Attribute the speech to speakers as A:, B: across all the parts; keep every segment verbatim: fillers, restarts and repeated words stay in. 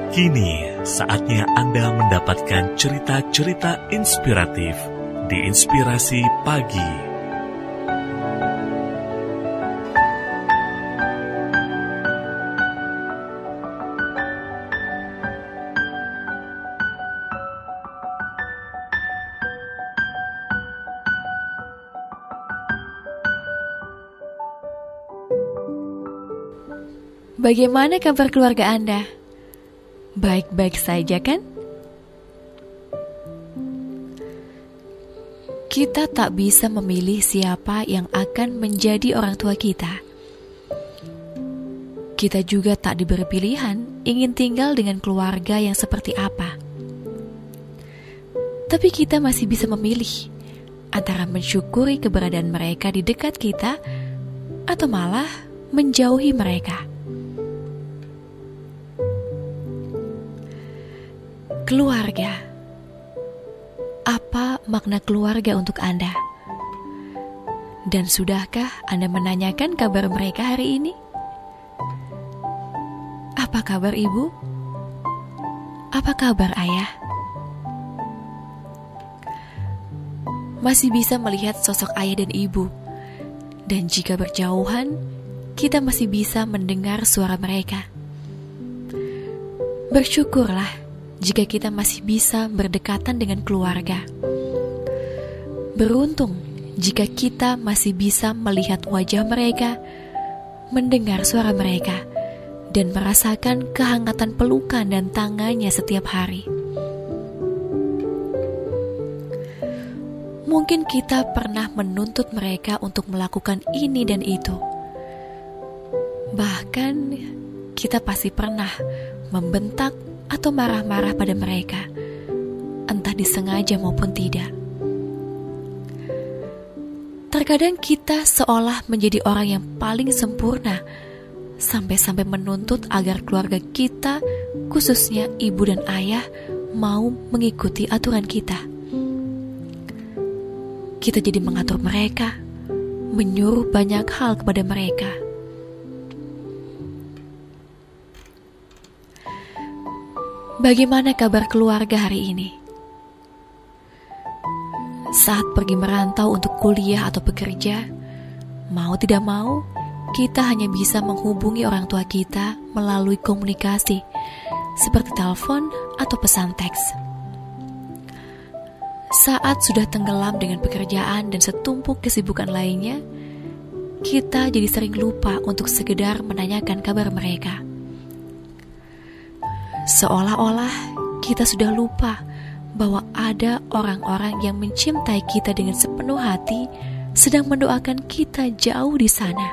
A: Kini saatnya Anda mendapatkan cerita-cerita inspiratif di Inspirasi Pagi.
B: Bagaimana kabar keluarga Anda? Baik-baik saja kan? Kita tak bisa memilih siapa yang akan menjadi orang tua kita. Kita juga tak diberi pilihan ingin tinggal dengan keluarga yang seperti apa. Tapi kita masih bisa memilih antara mensyukuri keberadaan mereka di dekat kita atau malah menjauhi mereka. Keluarga. Apa makna keluarga untuk Anda? Dan sudahkah Anda menanyakan kabar mereka hari ini? Apa kabar ibu? Apa kabar ayah? Masih bisa melihat sosok ayah dan ibu. Dan jika berjauhan, kita masih bisa mendengar suara mereka. Bersyukurlah jika kita masih bisa berdekatan dengan keluarga. Beruntung jika kita masih bisa melihat wajah mereka, mendengar suara mereka, dan merasakan kehangatan pelukan dan tangannya setiap hari. Mungkin kita pernah menuntut mereka untuk melakukan ini dan itu. Bahkan kita pasti pernah membentak atau marah-marah pada mereka, entah disengaja maupun tidak. Terkadang kita seolah menjadi orang yang paling sempurna, sampai-sampai menuntut agar keluarga kita, khususnya ibu dan ayah, mau mengikuti aturan kita. Kita jadi mengatur mereka, menyuruh banyak hal kepada mereka. Bagaimana kabar keluarga hari ini? Saat pergi merantau untuk kuliah atau bekerja, mau tidak mau, kita hanya bisa menghubungi orang tua kita melalui komunikasi, seperti telepon atau pesan teks. Saat sudah tenggelam dengan pekerjaan dan setumpuk kesibukan lainnya, kita jadi sering lupa untuk sekedar menanyakan kabar mereka. Seolah-olah kita sudah lupa bahwa ada orang-orang yang mencintai kita dengan sepenuh hati sedang mendoakan kita jauh di sana.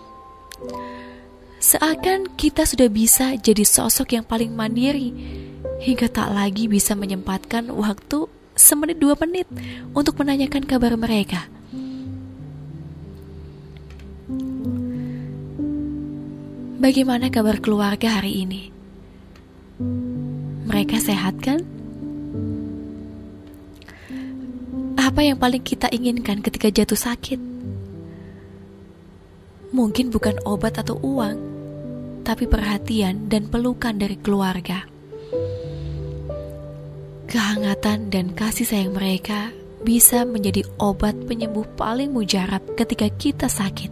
B: Seakan kita sudah bisa jadi sosok yang paling mandiri hingga tak lagi bisa menyempatkan waktu semenit dua menit untuk menanyakan kabar mereka. Bagaimana kabar keluarga hari ini? Mereka sehat kan? Apa yang paling kita inginkan ketika jatuh sakit? Mungkin bukan obat atau uang, tapi perhatian dan pelukan dari keluarga. Kehangatan dan kasih sayang mereka bisa menjadi obat penyembuh paling mujarab ketika kita sakit.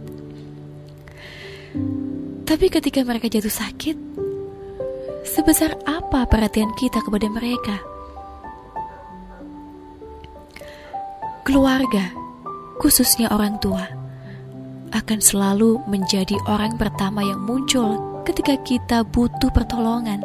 B: Tapi ketika mereka jatuh sakit, sebesar apa perhatian kita kepada mereka? Keluarga, khususnya orang tua, akan selalu menjadi orang pertama yang muncul ketika kita butuh pertolongan.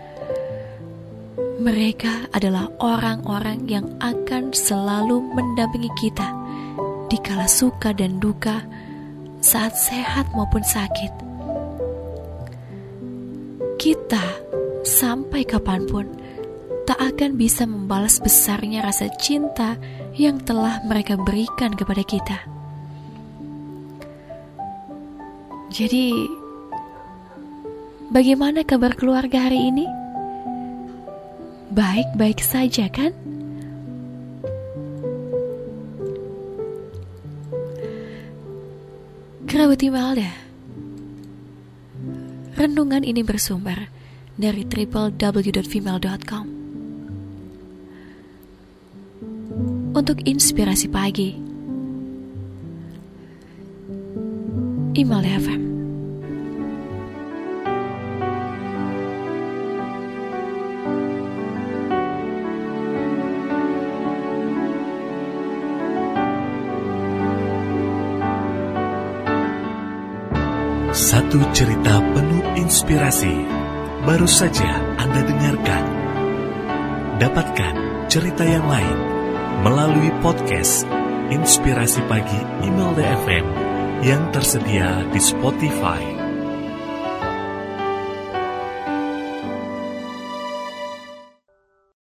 B: Mereka adalah orang-orang yang akan selalu mendampingi kita di kala suka dan duka, saat sehat maupun sakit. Kita sampai kapanpun tak akan bisa membalas besarnya rasa cinta yang telah mereka berikan kepada kita. Jadi, bagaimana kabar keluarga hari ini? Baik-baik saja kan? Kerabat Imelda, renungan ini bersumber dari w w w dot female dot com. Untuk inspirasi pagi, Imelda F M.
A: Satu cerita penuh inspirasi baru saja Anda dengarkan. Dapatkan cerita yang lain melalui podcast Inspirasi Pagi Imelda F M yang tersedia di Spotify.